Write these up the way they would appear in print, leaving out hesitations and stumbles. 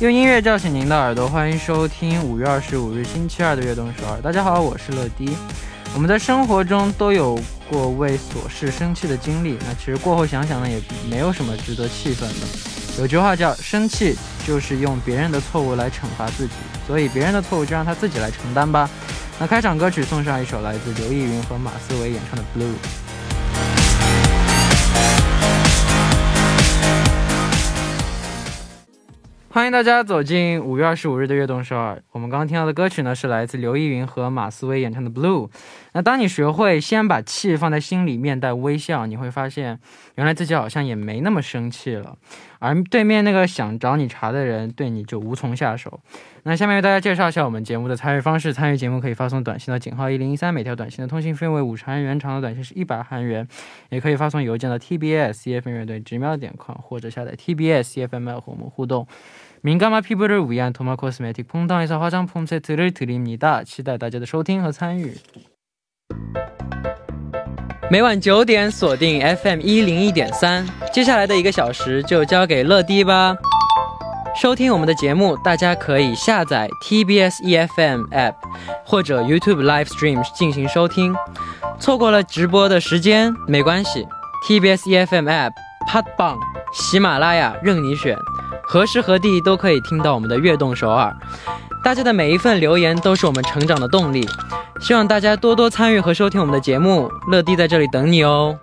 用音乐叫醒您的耳朵，欢迎收听5月25日星期二的悦动首尔。大家好，我是乐迪。我们在生活中都有过为琐事生气的经历，那其实过后想想呢，也没有什么值得气愤的。有句话叫生气就是用别人的错误来惩罚自己，所以别人的错误就让他自己来承担吧。那开场歌曲送上一首来自刘奕云和马思唯演唱的 Blue。欢迎大家走进5月25日的悦动首尔。我们刚刚听到的歌曲呢，是来自刘奕云和马思唯演唱的 Blue。 那当你学会先把气放在心里，面带微笑，你会发现原来自己好像也没那么生气了，而对面那个想找你茬的人对你就无从下手。那下面为大家介绍一下我们节目的参与方式。参与节目可以发送短信到井号1013，每条短信的通信费为50韩元，长的短信是100韩元。也可以发送邮件到 tbs@cfm.com 或者下载 TBS CFM을 和我们互动。민감한 피부를 위한 도마 코스메틱 퐁당에서 화장품 세트를 드립니다. 期待大家的收听和参与。每晚9点锁定 FM 101.3，接下来的1个小时就交给乐迪吧。收听我们的节目，大家可以下载 TBS EFM App 或者 YouTube Live Stream 进行收听。错过了直播的时间没关系， TBS EFM App、 팟빵、 喜马拉雅任你选，何时何地都可以听到我们的悦动首尔。大家的每一份留言都是我们成长的动力，希望大家多多参与和收听我们的节目，乐迪在这里等你哦。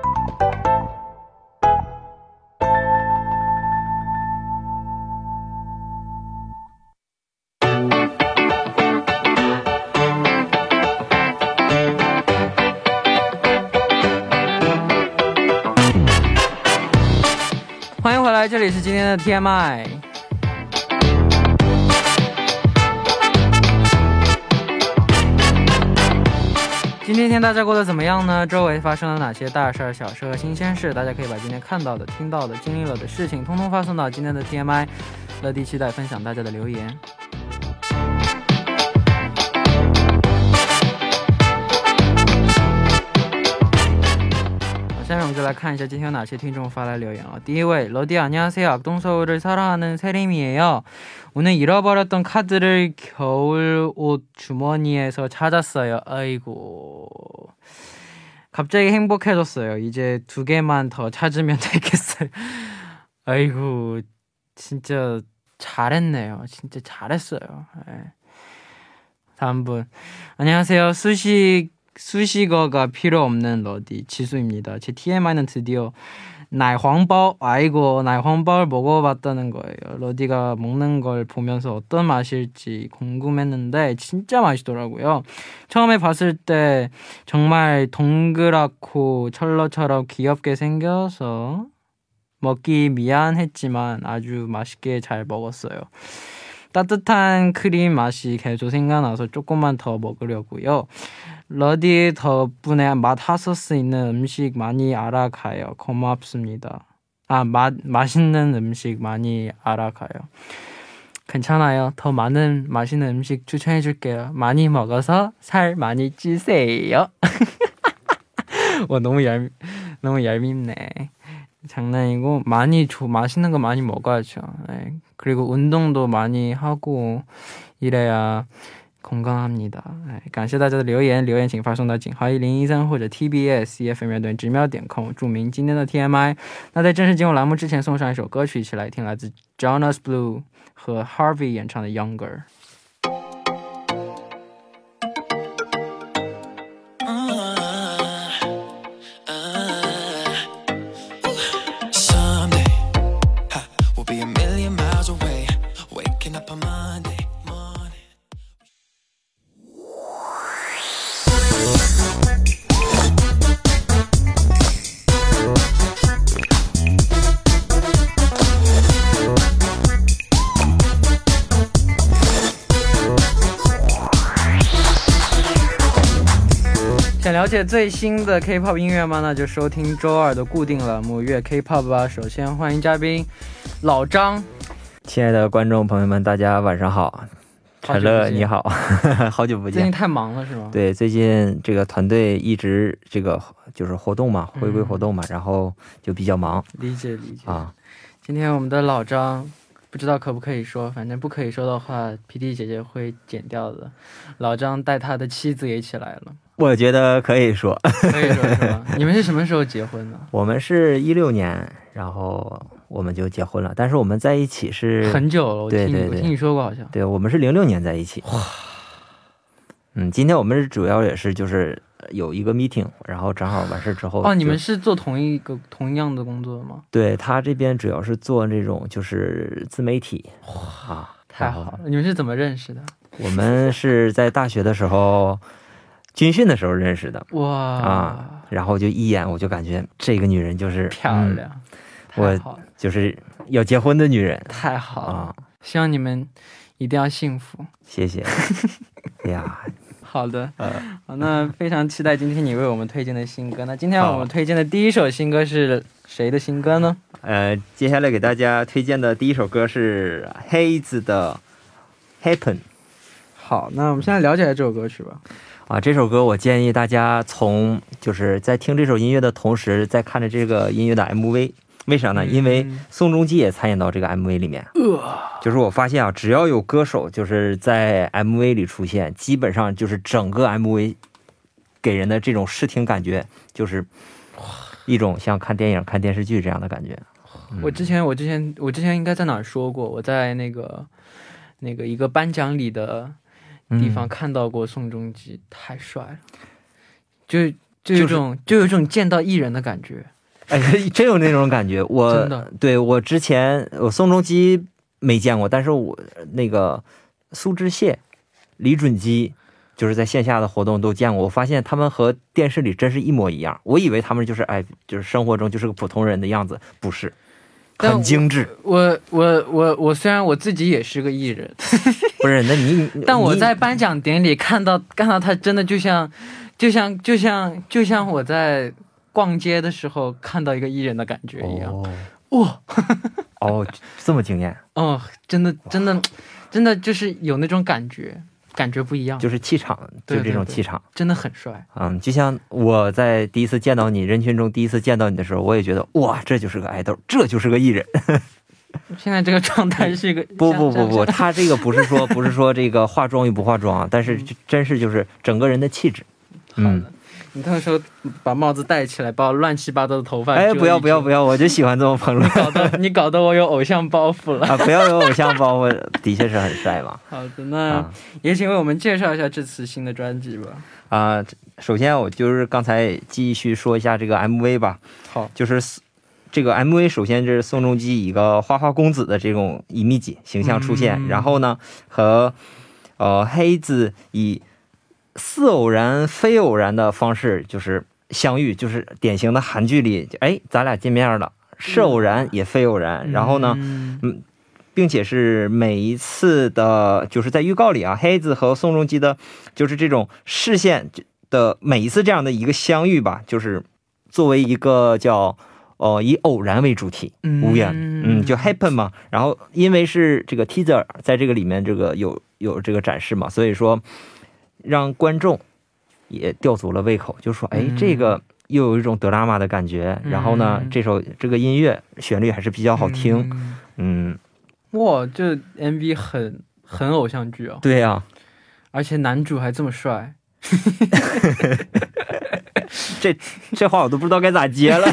欢迎回来，这里是今天的 TMI。 今天一天大家过得怎么样呢？周围发生了哪些大事小事和新鲜事？大家可以把今天看到的、听到的、经历了的事情通通发送到今天的 TMI。 乐迪期待分享大家的留言。下面我们就来看一下今天有哪些听众发来留言啊。第一位， 러디 안녕하세요. 악동서울을 사랑하는 세림이에요. 오늘 잃어버렸던 카드를 겨울 옷 주머니에서 찾았어요. 아이고, 갑자기 행복해졌어요. 이제 2개만 더 찾으면 되겠어요. 아이고, 진짜 잘했네요. 진짜 잘했어요. 네. 다음 분, 안녕하세요. 수식어가 필요 없는 러디 지수입니다. 제 TMI는 드디어 날황包, 아이고, 날황包먹어봤다는 거예요. 러디가 먹는 걸 보면서 어떤 맛일지 궁금했는데 진짜 맛있더라고요. 처음에 봤을 때 정말 동그랗고 철러처럼 귀엽게 생겨서 먹기 미안했지만 아주 맛있게 잘 먹었어요. 따뜻한 크림 맛이 계속 생각나서 조금만 더 먹으려고요. 러디 덕분에 맛 핫소스 있는 음식 많이 알아가요. 고맙습니다. 맛있는 음식 많이 알아가요. 괜찮아요. 더 많은 맛있는 음식 추천해줄게요. 많이 먹어서 살 많이 찌세요. 와, 너무 얄밉네. 장난이고, 맛있는 거 많이 먹어야죠. 네. 그리고 운동도 많이 하고 이래야 건강합니다. 感谢大家的留言，留言请发送到井号1013或者 TBS EFM 直瞄点com，注明今天的 TMI。 那在正式进入栏目之前，送上一首歌曲，一起来听来自 Jonas Blue 和 Harvey 演唱的 Younger。 想了解最新的 K-pop 音乐吗？那就收听周二的固定栏目粤 K-pop 吧。首先欢迎嘉宾老张。 亲爱的观众朋友们，大家晚上好。陈乐你好，好久不见。 最近太忙了是吗？ 对，最近这个团队一直这个就是活动嘛，回归活动嘛，然后就比较忙。 理解理解啊。今天我们的老张不知道可不可以说，反正不可以说的话 PD 姐姐会剪掉的。老张带他的妻子也一起来了。 我觉得可以说。 可以说是吧？你们是什么时候结婚的？ 我们是16年，然后我们就结婚了，但是我们在一起是很久了，我听你说过好像。 对，我们是06年在一起。哇，今天我们主要也是就是有一个 meeting， 然后正好完事之后。 哦，你们是做同样的工作吗？ 对，他这边主要是做这种就是自媒体。 哇，太好了！你们是怎么认识的？ 我们是在大学的时候军训的时候认识的。 哇啊，然后就一眼我就感觉这个女人就是漂亮， 我就是要结婚的女人。 太好了，希望你们一定要幸福。 谢谢。哎呀。 好的，好，那非常期待今天你为我们推荐的新歌。那今天我们推荐的第一首新歌是谁的新歌呢？ 接下来给大家推荐的第一首歌是黑子的 Happen。 好，那我们现在了解这首歌曲吧。 这首歌我建议大家就是在听这首音乐的同时再看着这个音乐的 MV。为啥呢？因为宋仲基也参演到这个 MV 里面。就是我发现只要有歌手就是在 MV 里出现，基本上就是整个 MV 给人的这种视听感觉就是一种像看电影看电视剧这样的感觉。 我之前应该在哪儿说过，我在那个一个颁奖礼的地方看到过宋仲基，太帅了，就有一种见到艺人的感觉。 真有那种感觉。我之前宋仲基没见过，但是我那个苏志燮、李准基就是在线下的活动都见过。我发现他们和电视里真是一模一样。我以为他们就是生活中就是个普通人的样子，不是，很精致。 我虽然我自己也是个艺人， 不是，那你但我在颁奖典礼看到他真的就像我在逛街的时候看到一个艺人的感觉一样。哇， 这么惊艳。 真的就是有那种感觉不一样， 就是气场，就这种气场， 真的很帅。 就像我在第一次见到你，人群中第一次见到你的时候，我也觉得哇，这就是个爱豆，这就是个艺人。 现在这个状态是一个不，他这个不是说这个化妆与不化妆，但是真是就是整个人的气质。 好的。你到时候把帽子戴起来，把我乱七八糟的头发。 不要，我就喜欢这么蓬乱。 你搞得我有偶像包袱了。 不要有偶像包袱，的确是很帅嘛。 好的，那也请为我们介绍一下这次新的专辑吧。 首先我就是刚才继续说一下这个 MV 吧。 好， 就是这个 MV 首先是宋仲基一个花花公子的这种一米几形象出现，然后呢和黑子以似偶然非偶然的方式就是相遇，就是典型的韩剧里咱俩见面了，是偶然也非偶然。然后呢并且是每一次的就是在预告里黑子和宋仲基的就是这种视线的每一次这样的一个相遇吧，就是作为一个叫以偶然为主题，无缘就 happen 嘛。然后因为是这个 teaser 在这个里面这个有这个展示嘛，所以说让观众也吊足了胃口，就说这个又有一种德拉玛的感觉，然后呢这个音乐旋律还是比较好听。 哇，这 MV 很偶像剧啊。 对啊， 而且男主还这么帅。 这话我都不知道该咋接了。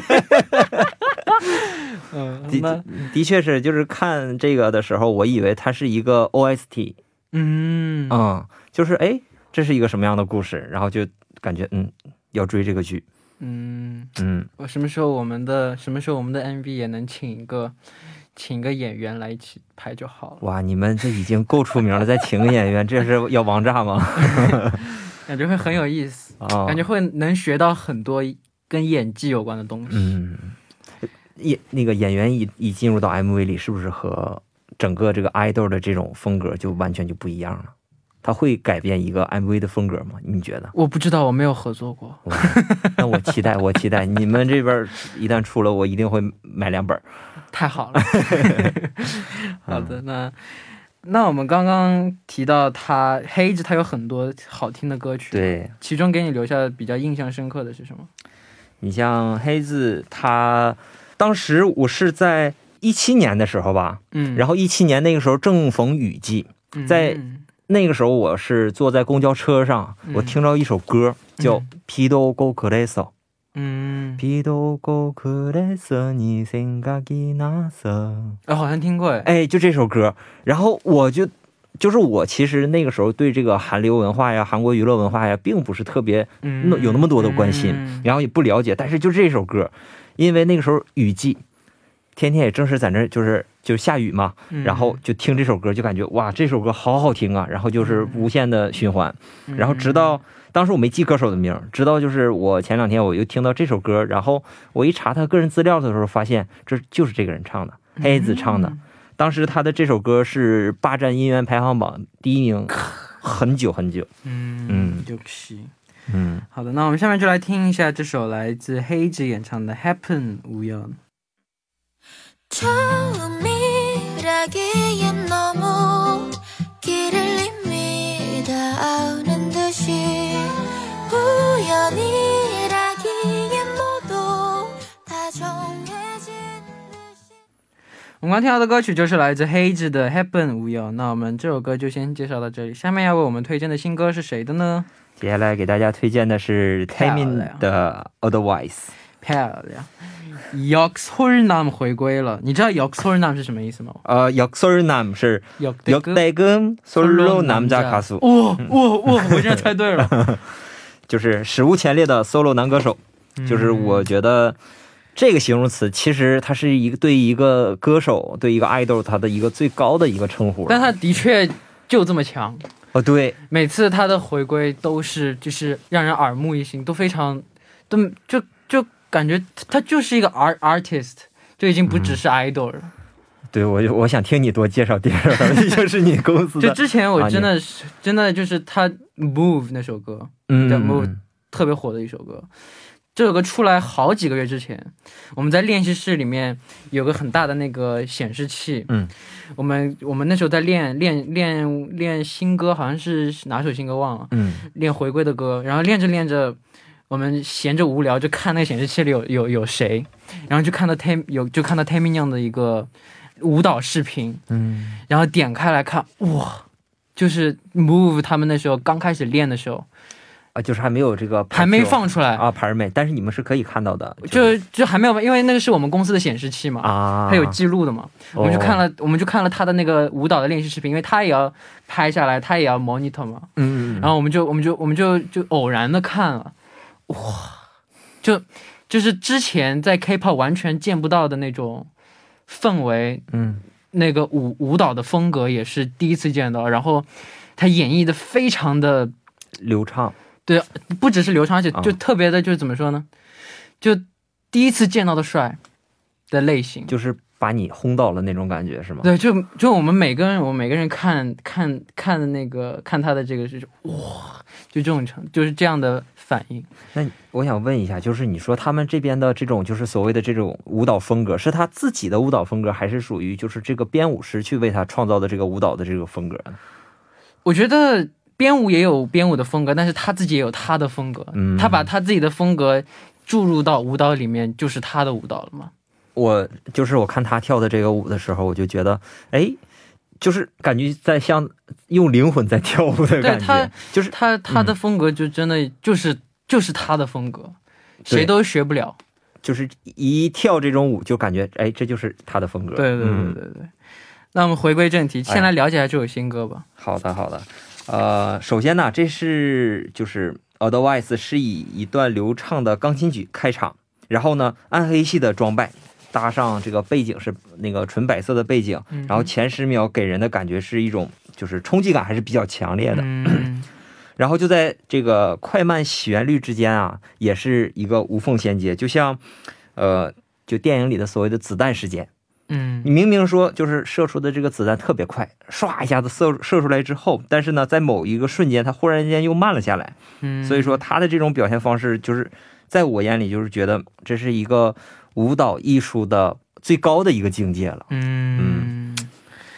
的确是，就是看这个的时候我以为它是一个 OST。就是这是一个什么样的故事，然后就感觉要追这个剧。什么时候我们的 MV 也能请一个演员来一起拍就好了。 哇，你们这已经够出名了，再请个演员，这是要王炸吗？ 感觉会很有意思，感觉会能学到很多跟演技有关的东西。 那个演员一进入到 MV 里，是不是和整个这个 idol 的这种风格就完全就不一样了？他会改变一个 MV 的风格吗？你觉得？ 我不知道，我没有合作过。 那我期待你们这边一旦出了，我一定会买2本。 太好了。好的，那我们刚刚提到黑子，他有很多好听的歌曲。 对， 其中给你留下比较印象深刻的是什么？ 你像黑子，他当时我是在 17年的时候吧，然后17年那个时候正逢雨季，在那个时候我是坐在公交车上，我听到一首歌叫비도고그래서 비도고그래서 네 생각이 나서， 好像听过哎，就这首歌。然后就是我其实那个时候对这个韩流文化呀、韩国娱乐文化呀并不是特别有那么多的关心，然后也不了解，但是就这首歌，因为那个时候雨季，天天也正是在那就下雨嘛，然后就听这首歌就感觉哇，这首歌好好听啊，然后就是无限的循环，然后直到当时我没记歌手的名，直到就是我前2天我又听到这首歌，然后我一查他个人资料的时候发现这就是这个人唱的，黑子唱的。当时他的这首歌是霸占音源排行榜第1名很久很久。 역시。好的，那我们下面就来听一下这首来自黑子演唱的 Happen 우연。 처음이라기엔 너무 길을 이미 닿는 듯이 우연이라기엔 모두 다 정해진 듯이。 我们刚听到的歌曲就是来自黑子的 Happen 우연。 那我们这首歌就先介绍到这里，下面要为我们推荐的新歌是谁的呢？ 接下来给大家推荐的是 Taemin 的 Otherwise。 漂亮。역설남回归了，你知道역설남是什么意思吗？ 역설남 是 역대금 솔로 남자 가수。 我现在猜对了。 就是史无前例的 solo 男歌手。就是我觉得这个形容词其实它是一个对一个歌手对一个 idol 他的一个最高的一个称呼， 但他的确就这么强。 对， 每次他的回归都是就是让人耳目一新，都非常就感觉他就是一个 artist， 就已经不只是 idol 了。 对，我想听你多介绍介绍他们，就是你公司的。 就之前我真的就是他 Move 那首歌，叫 Move 特别火的一首歌。这首歌出来好几个月之前，我们在练习室里面有个很大的那个显示器，我们那时候在练新歌，好像是哪首新歌忘了，练回归的歌，然后练着练着，我们闲着无聊就看那个显示器里有谁，然后就看到 Taemin 的一个舞蹈视频，然后点开来看，哇，就是 Move 他们那时候刚开始练的时候。 就是还没有这个还没放出来啊， 牌没，但是你们是可以看到的， 就还没有，因为那个是我们公司的显示器嘛，它有记录的嘛，我们就看了他的那个舞蹈的练习视频，因为他也要拍下来，他也要 monitor 嘛，然后我们就偶然的看了，哇，就是之前在 K-pop 完全见不到的那种氛围，那个舞蹈的风格也是第一次见到，然后他演绎的非常的流畅。 对，不只是流畅，而且就特别的，就是怎么说呢？就第一次见到的帅的类型， 就是把你轰到了那种感觉，是吗？ 对，就我们每个人看的那个看他的这个是哇，就这种就是这样的反应。 那我想问一下，就是你说他们这边的这种就是所谓的这种舞蹈风格，是他自己的舞蹈风格，还是属于就是这个编舞师去为他创造的这个舞蹈的这个风格呢？ 我觉得。编舞也有编舞的风格，但是他自己也有他的风格，他把他自己的风格注入到舞蹈里面，就是他的舞蹈了嘛。我看他跳的这个舞的时候，我就觉得，哎，就是感觉在像用灵魂在跳舞的感觉。就是他的风格就真的就是他的风格，谁都学不了。 就是一跳这种舞就感觉，哎，这就是他的风格。 对。那我们回归正题，先来了解一下这首新歌吧。 好的。首先呢，这是就是 Otherwise 是以一段流畅的钢琴曲开场，然后呢，暗黑系的装扮搭上这个背景是那个纯白色的背景，然后前10秒给人的感觉是一种就是冲击感还是比较强烈的，然后就在这个快慢旋律之间啊，也是一个无缝衔接，就像就电影里的所谓的子弹时间。你明明说就是射出的这个子弹特别快，唰一下子射出来之后，但是呢在某一个瞬间它忽然间又慢了下来，所以说他的这种表现方式就是在我眼里就是觉得这是一个舞蹈艺术的最高的一个境界了。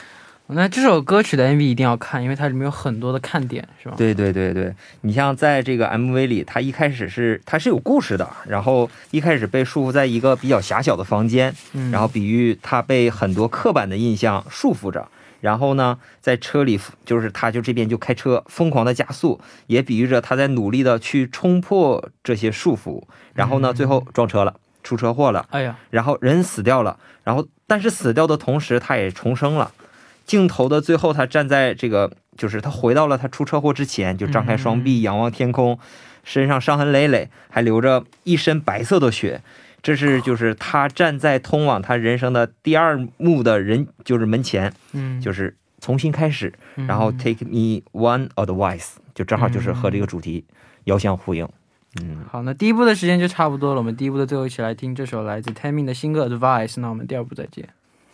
那这首歌曲的 MV 一定要看，因为它里面有很多的看点，是吧？ 对对对对，你像在这个 MV 里，它一开始是它是有故事的，然后一开始被束缚在一个比较狭小的房间，然后比喻他被很多刻板的印象束缚着。然后呢，在车里就是他就这边就开车疯狂的加速，也比喻着他在努力的去冲破这些束缚。然后呢，最后撞车了，出车祸了， 哎呀， 然后人死掉了，然后但是死掉的同时他也重生了。镜头的最后，他站在这个，就是他回到了他出车祸之前，就张开双臂仰望天空，身上伤痕累累，还流着一身白色的血。这是就是他站在通往他人生的第二幕的人，就是门前，就是重新开始，然后 take me one advice， 就正好就是和这个主题遥相呼应。 好，那第一部的时间就差不多了，我们第一部的最后一起来听这首来自 Taemin 的新歌 Advice， 那我们第二部再见。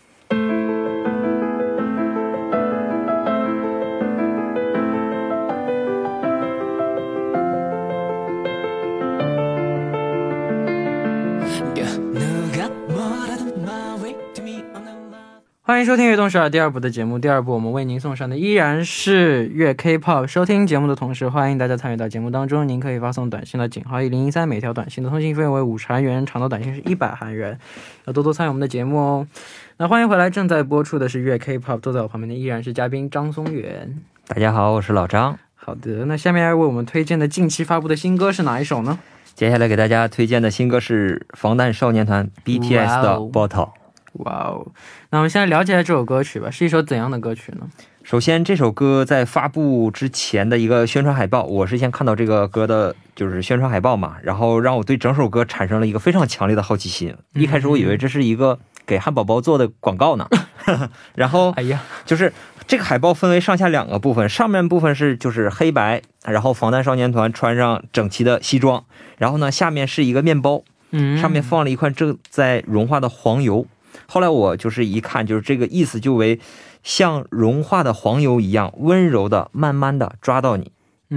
欢迎收听悦动12第二部的节目。第二部我们为您送上的依然是粤 K-pop。收听节目的同时，欢迎大家参与到节目当中。您可以发送短信到井号1013，每条短信的通信费为50韩元，长的短信是100韩元。要多多参与我们的节目哦。那欢迎回来，正在播出的是粤 K-pop， 坐在我旁边的依然是嘉宾张松元。 大家好，我是老张。 好的，那下面要为我们推荐的近期发布的新歌是哪一首呢？ 接下来给大家推荐的新歌是防弹少年团 BTS 的 Bottle。 哇哦，那我们现在了解一下这首歌曲吧，是一首怎样的歌曲呢？ 首先这首歌在发布之前的一个宣传海报，我是先看到这个歌的就是宣传海报嘛，然后让我对整首歌产生了一个非常强烈的好奇心。一开始我以为这是一个给汉堡包做的广告呢然后哎呀， 就是这个海报分为上下两个部分，上面部分是就是黑白，然后防弹少年团穿上整齐的西装，然后呢下面是一个面包，上面放了一块正在融化的黄油。后来我就是一看，就是这个意思就为像融化的黄油一样温柔的慢慢的抓到你。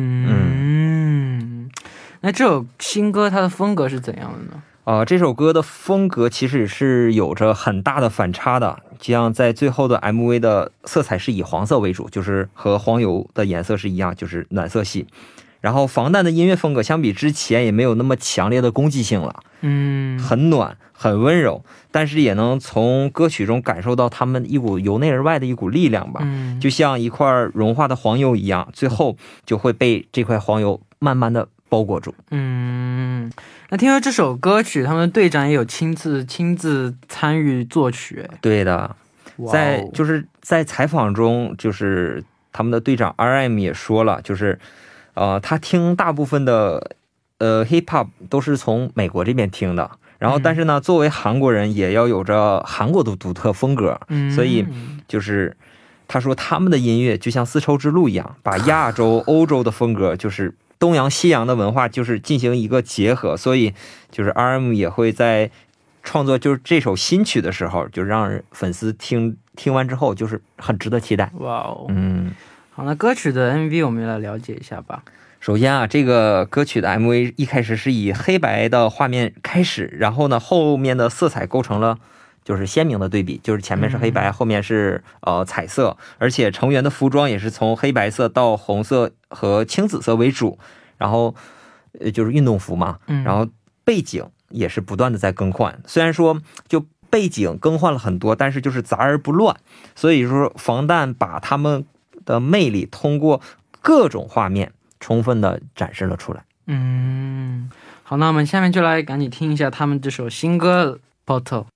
那这首新歌它的风格是怎样的呢？ 这首歌的风格其实是有着很大的反差的，就像在最后的 MV 的色彩是以黄色为主，就是和黄油的颜色是一样，就是暖色系。然后防弹的音乐风格相比之前也没有那么强烈的攻击性了，很暖很温柔，但是也能从歌曲中感受到他们一股由内而外的一股力量吧，就像一块融化的黄油一样，最后就会被这块黄油慢慢的包裹住。 那听说这首歌曲他们的队长也有亲自参与作曲。对的，在采访中，就是他们的队长 RM 也说了，就是他听大部分的hip hop 都是从美国这边听的，然后但是呢作为韩国人也要有着韩国的独特风格，所以就是他说他们的音乐就像丝绸之路一样，把亚洲欧洲的风格就是东洋西洋的文化就是进行一个结合，所以就是 RM 也会在创作就是这首新曲的时候，就让粉丝听完之后就是很值得期待。 哇哦，好，那歌曲的 MV 我们来了解一下吧。 首先啊，这个歌曲的 MV 一开始是以黑白的画面开始，然后呢后面的色彩构成了就是鲜明的对比，就是前面是黑白，后面是彩色，而且成员的服装也是从黑白色到红色和青紫色为主，然后就是运动服嘛，然后背景也是不断的在更换，虽然说就背景更换了很多，但是就是杂而不乱，所以说防弹把他们的魅力通过各种画面充分的展示了出来。 好，那我们下面就来赶紧听一下他们这首新歌 Bottle。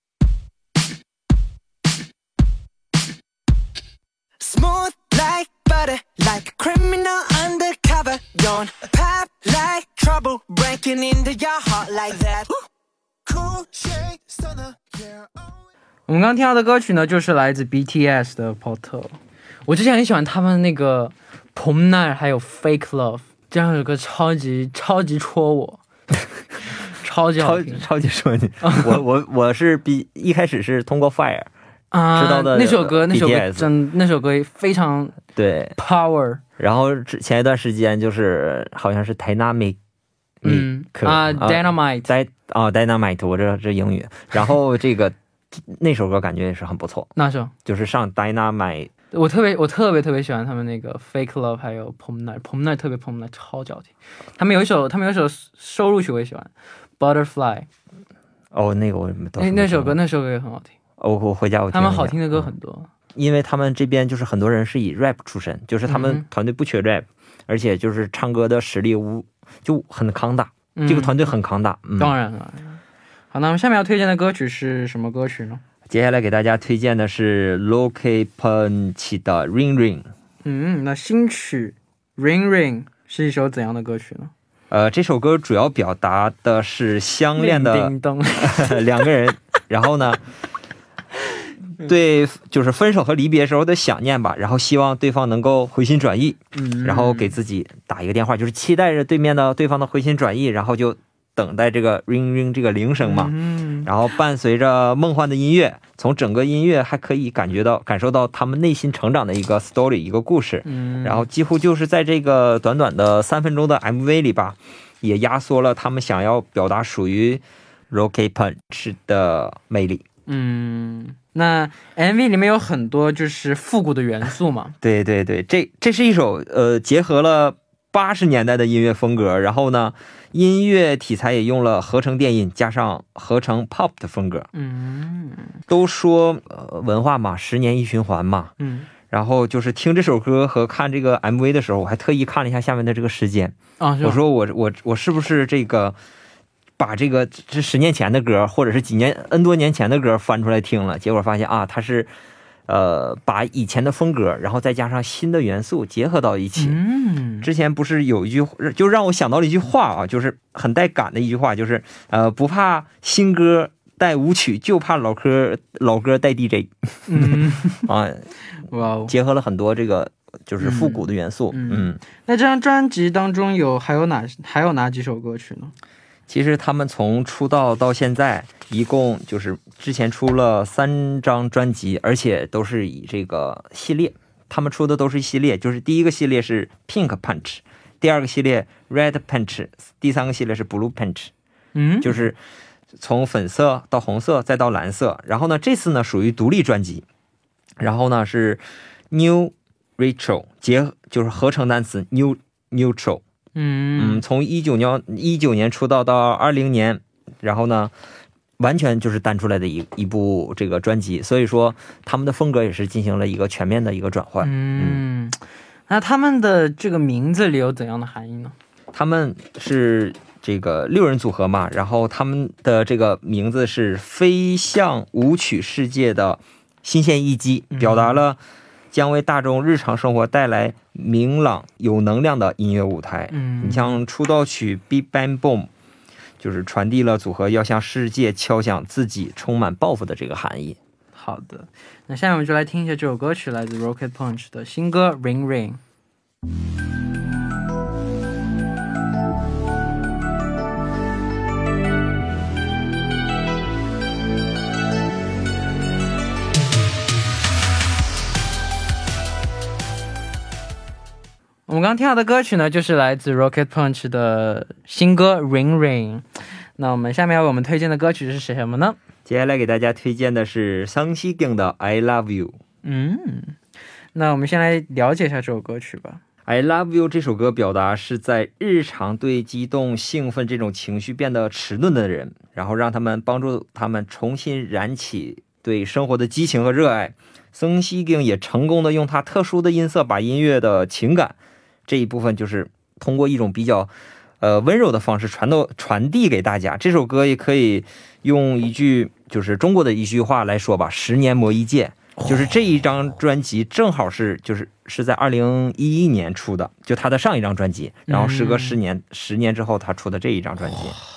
Smooth like butter, like a criminal undercover. Don't pop like trouble, breaking into your heart like that. Cool shade stunner, yeah. 我们刚听到的歌曲呢，就是来自 BTS 的 Bottle。我之前很喜欢他们那个 봄날还有 Fake Love， 这样有个超级戳我，超级好听， 超级说你。我是一开始是通过 Fire。知道的那首歌非常对 power， 然后前一段时间就是好像是 Dynamite， Dynamite， Dynamite， 我这英语，然后这个那首歌感觉也是很不错， 那首就是上 Dynamite。 我特别喜欢他们那个 Fake Love 还有 Pomnight 特别 Pomnight 超级好听。他们有一首收录曲我也喜欢 Butterfly。 哦，那个我倒是没那首歌听过也很好听。 我回家我听他们一下好听的歌很多。 因为他们这边就是很多人是以 rap 出身，就是他们团队不缺 rap，而且就是唱歌的实力就很扛打，这个团队很扛打。 当然了。好，那我们下面要推荐的歌曲是什么歌曲呢？ 接下来给大家推荐的是 Rocket Punch 的 Ring Ring。 那新曲 Ring Ring 是一首怎样的歌曲呢？ 这首歌主要表达的是相恋的叮咚两个人，然后呢，对，就是分手和离别时候的想念吧，然后希望对方能够回心转意，然后给自己打一个电话，就是期待着对方的回心转意，然后就等待这个 ring ring 这个铃声嘛，然后伴随着梦幻的音乐，从整个音乐还可以感受到他们内心成长的一个 story 一个故事，然后几乎就是在这个短短的3分钟的 MV 里吧，也压缩了他们想要表达属于 Rocket Punch 的魅力。 那 MV 里面有很多就是复古的元素嘛。 对，这是一首结合了80年代的音乐风格，然后呢音乐题材也用了合成电音加上合成 pop 的风格。都说文化嘛10年一循环嘛。然后就是听这首歌和看这个 MV 的时候，我还特意看了一下下面的这个时间。我说我是不是这个把这10年前的歌或者是N 多年前的歌翻出来听了，结果发现啊，它是把以前的风格然后再加上新的元素结合到一起。之前不是有一句就让我想到了一句话啊，就是很带感的一句话，就是不怕新歌带舞曲，就怕老歌带 DJ。结合了很多这个就是复古的元素。 那这张专辑当中还有哪几首歌曲呢？ 其实他们从出道到现在一共就是之前出了3张专辑，而且都是以这个系列，他们出的都是系列，就是第一个系列是 Pink Punch， 第二个系列 Red Punch， 第三个系列是 Blue Punch。就是从粉色到红色再到蓝色。然后呢这次呢属于独立专辑，然后呢是 New Retro 就是合成单词 New Neutral。从19年出道到20年，然后呢完全就是单出来的一部这个专辑，所以说他们的风格也是进行了一个全面的一个转换。 那他们的这个名字里有怎样的含义呢？ 他们是这个6人组合嘛，然后他们的这个名字是飞向舞曲世界的新鲜一击，表达了将为大众日常生活带来明朗有能量的音乐舞台。你像出道曲 Big Bang Boom 就是传递了组合要向世界敲响自己充满抱负的这个含义。 好的，那下面我们就来听一下这首歌曲，来自 Rocket Punch 的新歌 Ring Ring。我们刚刚听到的歌曲呢，就是来自 Rocket Punch 的新歌 Ring Ring。那我们下面要为我们推荐的歌曲是什么呢？ 接下来给大家推荐的是성시경的 I Love You。 那我们先来了解一下这首歌曲吧。 I Love You 这首歌表达是在日常对激动兴奋这种情绪变得迟钝的人，然后让他们帮助他们重新燃起对生活的激情和热爱。성시경也成功的用他特殊的音色把音乐的情感这一部分就是通过一种比较温柔的方式传递给大家。这首歌也可以用一句就是中国的一句话来说吧，10年磨一剑。就是这一张专辑正好是在2011年出的，就他的上一张专辑，然后时隔10年之后他出的这一张专辑。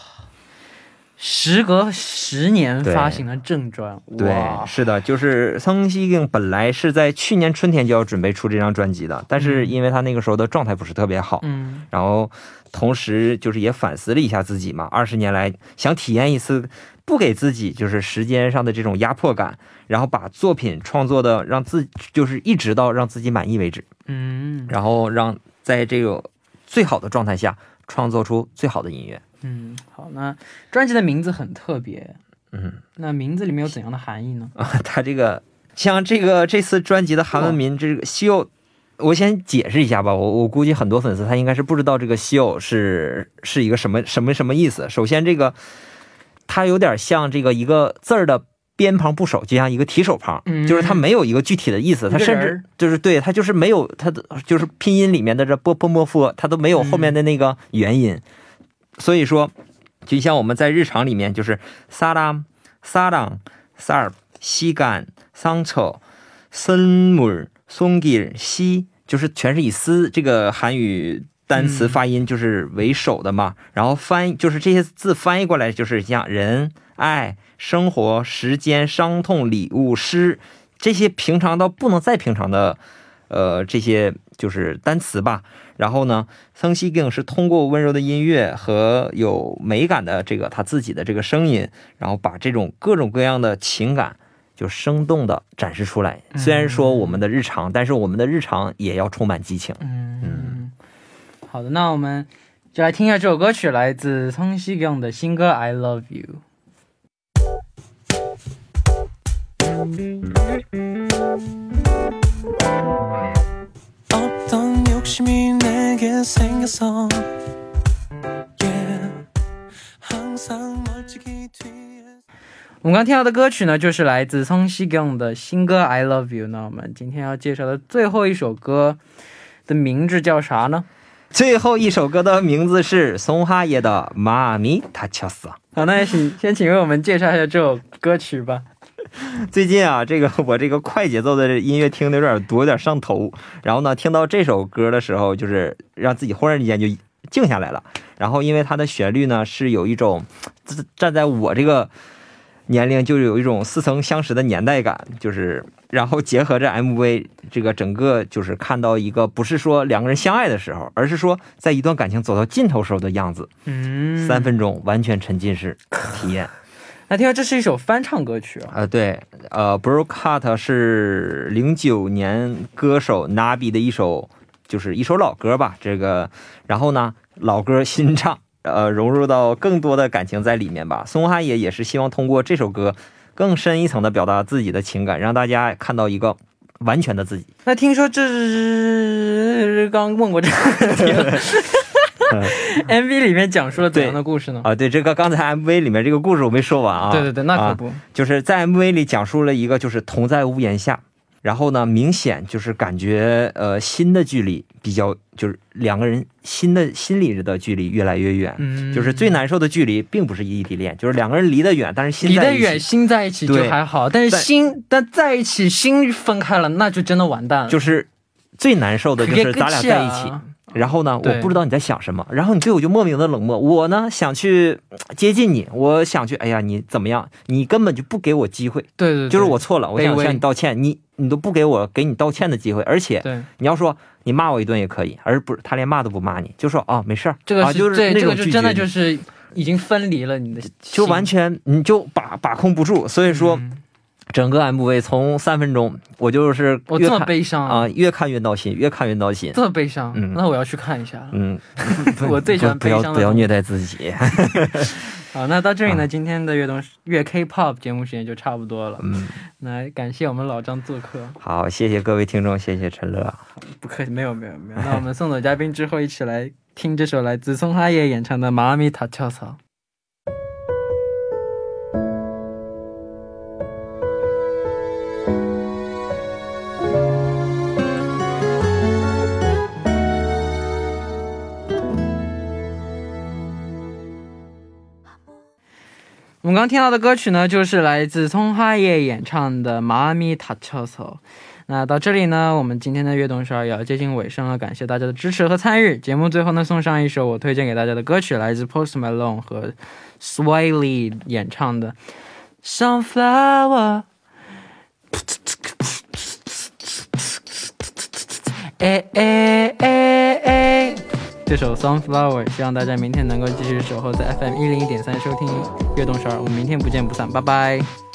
时隔10年发行了正专。 对，是的，就是성시경本来是在去年春天就要准备出这张专辑的，但是因为他那个时候的状态不是特别好，然后同时就是也反思了一下自己嘛，20年来想体验一次不给自己就是时间上的这种压迫感，然后把作品创作的让自己就是一直到让自己满意为止，然后让在这个最好的状态下创作出最好的音乐。 好，那专辑的名字很特别， 那名字里面有怎样的含义呢？ 他这个像这次专辑的韩文名，这个西柚，我先解释一下吧。我估计很多粉丝他应该是不知道这个西柚是一个什么意思。首先这个它有点像这个一个字儿的边旁部首，就像一个提手旁，就是它没有一个具体的意思，它甚至就是对它就是没有它的就是拼音里面的这波波莫夫，它都没有后面的那个元音。所以说就像我们在日常里面就是사람 사랑 쌀 시간 상처 선물 손길 시，就是全是以丝这个韩语单词发音就是为首的嘛，然后就是这些字翻译过来就是像人、爱、生活、时间、伤痛、礼物、诗，这些平常到不能再平常的这些就是单词吧。然后呢，성시경是通过温柔的音乐和有美感的这个他自己的这个声音，然后把这种各种各样的情感就生动的展示出来。虽然说我们的日常，但是我们的日常也要充满激情。 好的，那我们就来听一下这首歌曲，来自성시경的新歌《I Love You》。 어떤 욕심이 내게 생겨서 항상 멀찍이 뒤에 我们刚听到的歌曲呢，就是来自성시경的新歌《I Love You》。那我们今天要介绍的最后一首歌的名字叫啥呢？ 最后一首歌的名字是송하예的마음이 다쳤어。 好，那先请为我们介绍一下这首歌曲吧。 最近啊，我这个快节奏的音乐听的有点多，有点上头。然后呢，听到这首歌的时候，就是让自己忽然间就静下来了。然后因为它的旋律呢是有一种站在我这个年龄就有一种似曾相识的年代感，就是然后结合着 MV 这个整个就是看到一个不是说两个人相爱的时候，而是说在一段感情走到尽头时候的样子。3分钟完全沉浸式体验。 那听说这是一首翻唱歌曲啊？ 对，Broke Heart 是09年歌手 Nabi 的一首老歌吧，这个然后呢老歌新唱，融入到更多的感情在里面吧。송하예也是希望通过这首歌更深一层的表达自己的情感，让大家看到一个完全的自己。 那听说这是刚问过这个问题了。MV 里面讲述了怎样的故事呢？ 对，这个刚才 MV 里面这个故事我没说完啊。 对，那可不， 就是在 MV 里讲述了一个就是同在屋檐下，然后呢明显就是感觉心的距离比较，就是两个人心里的距离越来越远。就是最难受的距离并不是异地恋，就是两个人离得远，但是心在一起， 离得远心在一起就还好，但是但在一起心分开了，那就真的完蛋了。就是最难受的就是咱俩在一起，然后呢我不知道你在想什么，然后你对我就莫名的冷漠，我呢想去接近你，我想去哎呀你怎么样，你根本就不给我机会。对，就是我错了，我想向你道歉，你都不给你道歉的机会，而且你要说你骂我一顿也可以，而不是他连骂都不骂你，就说没事，这个就是那种拒绝，真的就是已经分离了你的心，就完全你就把控不住。所以说整个 MV 从3分钟，我就是这么悲伤啊，越看越闹心，越看越闹心，这么悲伤。那我要去看一下。我最喜欢悲伤的，不要虐待自己。好，那到这里呢，今天的粤 K-pop 节目时间就差不多了。那感谢我们老张做客。好，谢谢各位听众，谢谢陈乐。不客气，没有。那我们送走嘉宾之后，一起来听这首来自송하예演唱的《마음이 다쳐서》。我们刚听到的歌曲呢，就是来自송하예演唱的《마음이 다쳐서》。那到这里呢，我们今天的悦动12也要接近尾声了，感谢大家的支持和参与。节目最后呢，送上一首我推荐给大家的歌曲，来自 Post Malone 和 Swiley 演唱的 Sunflower。这首 Sunflower 希望大家明天能够继续守候在 FM 101.3收听悦动12，我们明天不见不散，拜拜。